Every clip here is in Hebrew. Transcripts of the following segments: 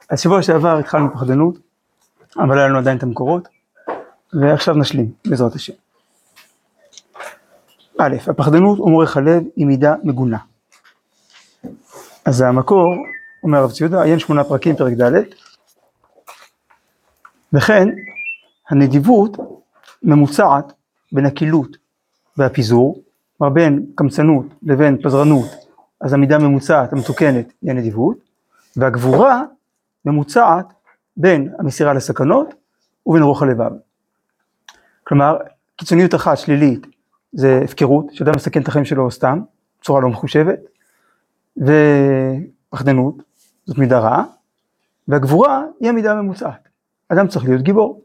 אז שבוע שעבר התחלנו פחדנות, אבל היה לנו עדיין את המקורות, ועכשיו נשלים, בעזרת השם. א', הפחדנות ומורך הלב היא מידה מגונה. אז המקור, אומר הרב ציודה, עיין 8 פרקים, פרק ד', וכן, הנדיבות ממוצעת בין הקילות והפיזור, כלומר בין קמצנות לבין פזרנות, אז המידה ממוצעת, המתוקנת, היא הנדיבות, והגבורה ממוצעת בין המסירה לסכנות ובין רוח הלבב. כלומר, קיצוניות אחת שלילית זה הפקרות, שאדם מסכן את החיים שלו סתם, בצורה לא מחושבת, ופחדנות, זאת מידה רעה, והגבורה היא המידה הממוצעת. אדם צריך להיות גיבור.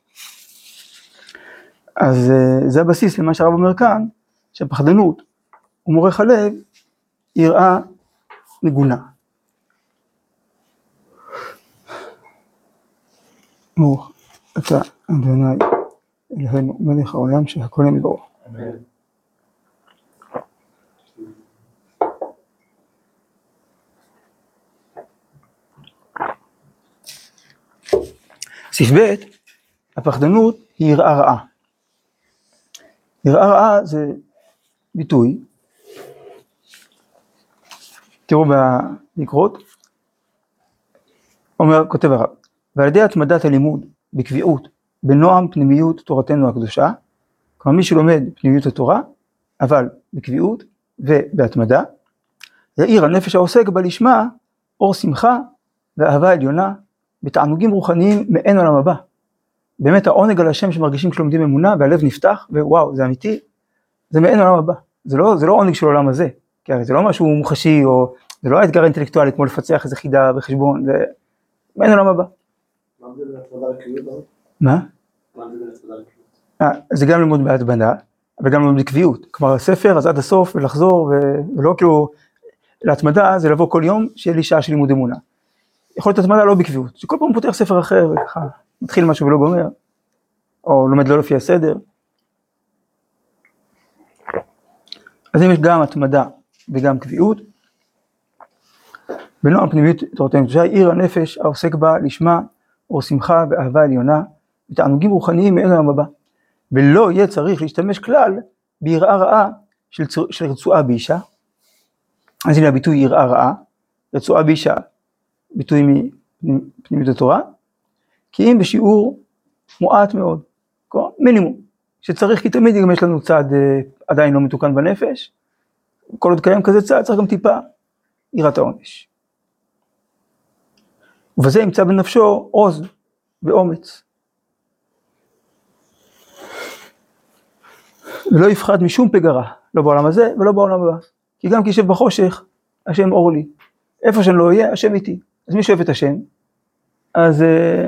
אז זה הבסיס למה שהרב אומר כאן, שהפחדנות ומורך הלב היא יראה מגונה. ברוך אתה אדוני אלוהינו מלך העולם שהכל נהיה בדברו. אמן. סעיף ב', הפחדנות היא יראה רעה. יראה רעה זה ביטוי, תראו במקורות, כותב הרב, ועל ידי התמדת הלימוד בקביעות, בנועם פנימיות תורתנו הקדושה, כלומר מי שלומד פנימיות התורה, אבל בקביעות ובהתמדה, יאיר הנפש העוסק בה לשמה אור שמחה ואהבה עליונה, בתענוגים רוחניים מעין עולם הבא. באמת העונג על השם שמרגישים כשלומדים אמונה, והלב נפתח, ווואו, זה אמיתי, זה מעין עולם הבא. זה לא עונג של עולם הזה, כי הרי זה לא משהו מוחשי, או זה לא האתגר אינטלקטואלי, כמו לפצח איזה חידה בחשבון, זה מעין עולם הבא. מה זה להצמדה לקביעות? מה? מה זה להצמדה לקביעות? זה גם ללמוד בהתמדה, אבל גם ללמוד בקביעות. כלומר, הספר, אז עד הסוף, ולחזור, ולא כאילו, להתמדה זה לבוא כל יום, שיהיה לי שעה של לימוד אמונה. יכול להיות התמדה לא בקביעות, שכל פעם פותח ספר אחר, וככה, מתחיל משהו ולא גומר, או לומד לא לפי הסדר. אז אם יש גם התמדה וגם קביעות, בנועם פנימיות תורתנו הקדושה, עיר הנפש העוסק בה לשמה אור שמחה ואהבה עליונה, בתענוגים רוחניים מעין העולם הבא, ולא יהיה צריך להשתמש כלל ביראה רעה של רצועה באישה. אז הנה הביטוי יראה רעה, רצועה באישה, ביטוי מפנימיות התורה, כי אם בשיעור מועט מאוד, מינימום, שצריך, כי תמיד גם יש לנו צד עדיין לא מתוקן בנפש, כל עוד קיים כזה צד, צריך גם טיפה יראת העונש. ובזה ימצא בנפשו עוז ואומץ. ולא יפחד משום פגרה, לא בעולם הזה ולא בעולם הבא. כי גם כי ישב בחושך, השם אור לי. איפה שאני לא אהיה, השם איתי. אז מי שאוהב את השם, אז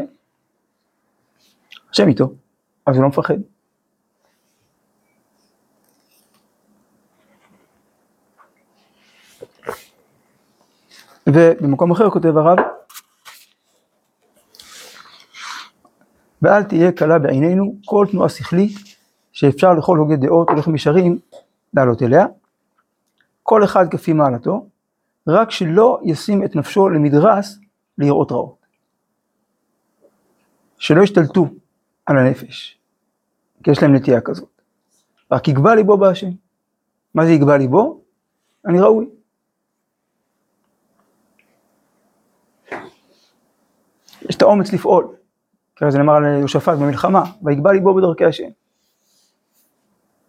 השם איתו, אז הוא לא מפחד. ובמקום אחר כותב הרב, ואל תהיה קלה בעינינו כל תנועה שכלית שאפשר לכל הוגי דעות הולך מישרים לעלות אליה, כל אחד כפי מעלתו, רק שלא ישים את נפשו למדרס ליראות רעות. שלא ישתלטו על הנפש, כי יש להם נטייה כזאת. רק יגבה ליבו בהשם. מה זה יגבה ליבו? אני ראוי. יש את האומץ לפעול. כי זה נאמר על יהושפט במלחמה, ויגבה ליבו בדרכי השם.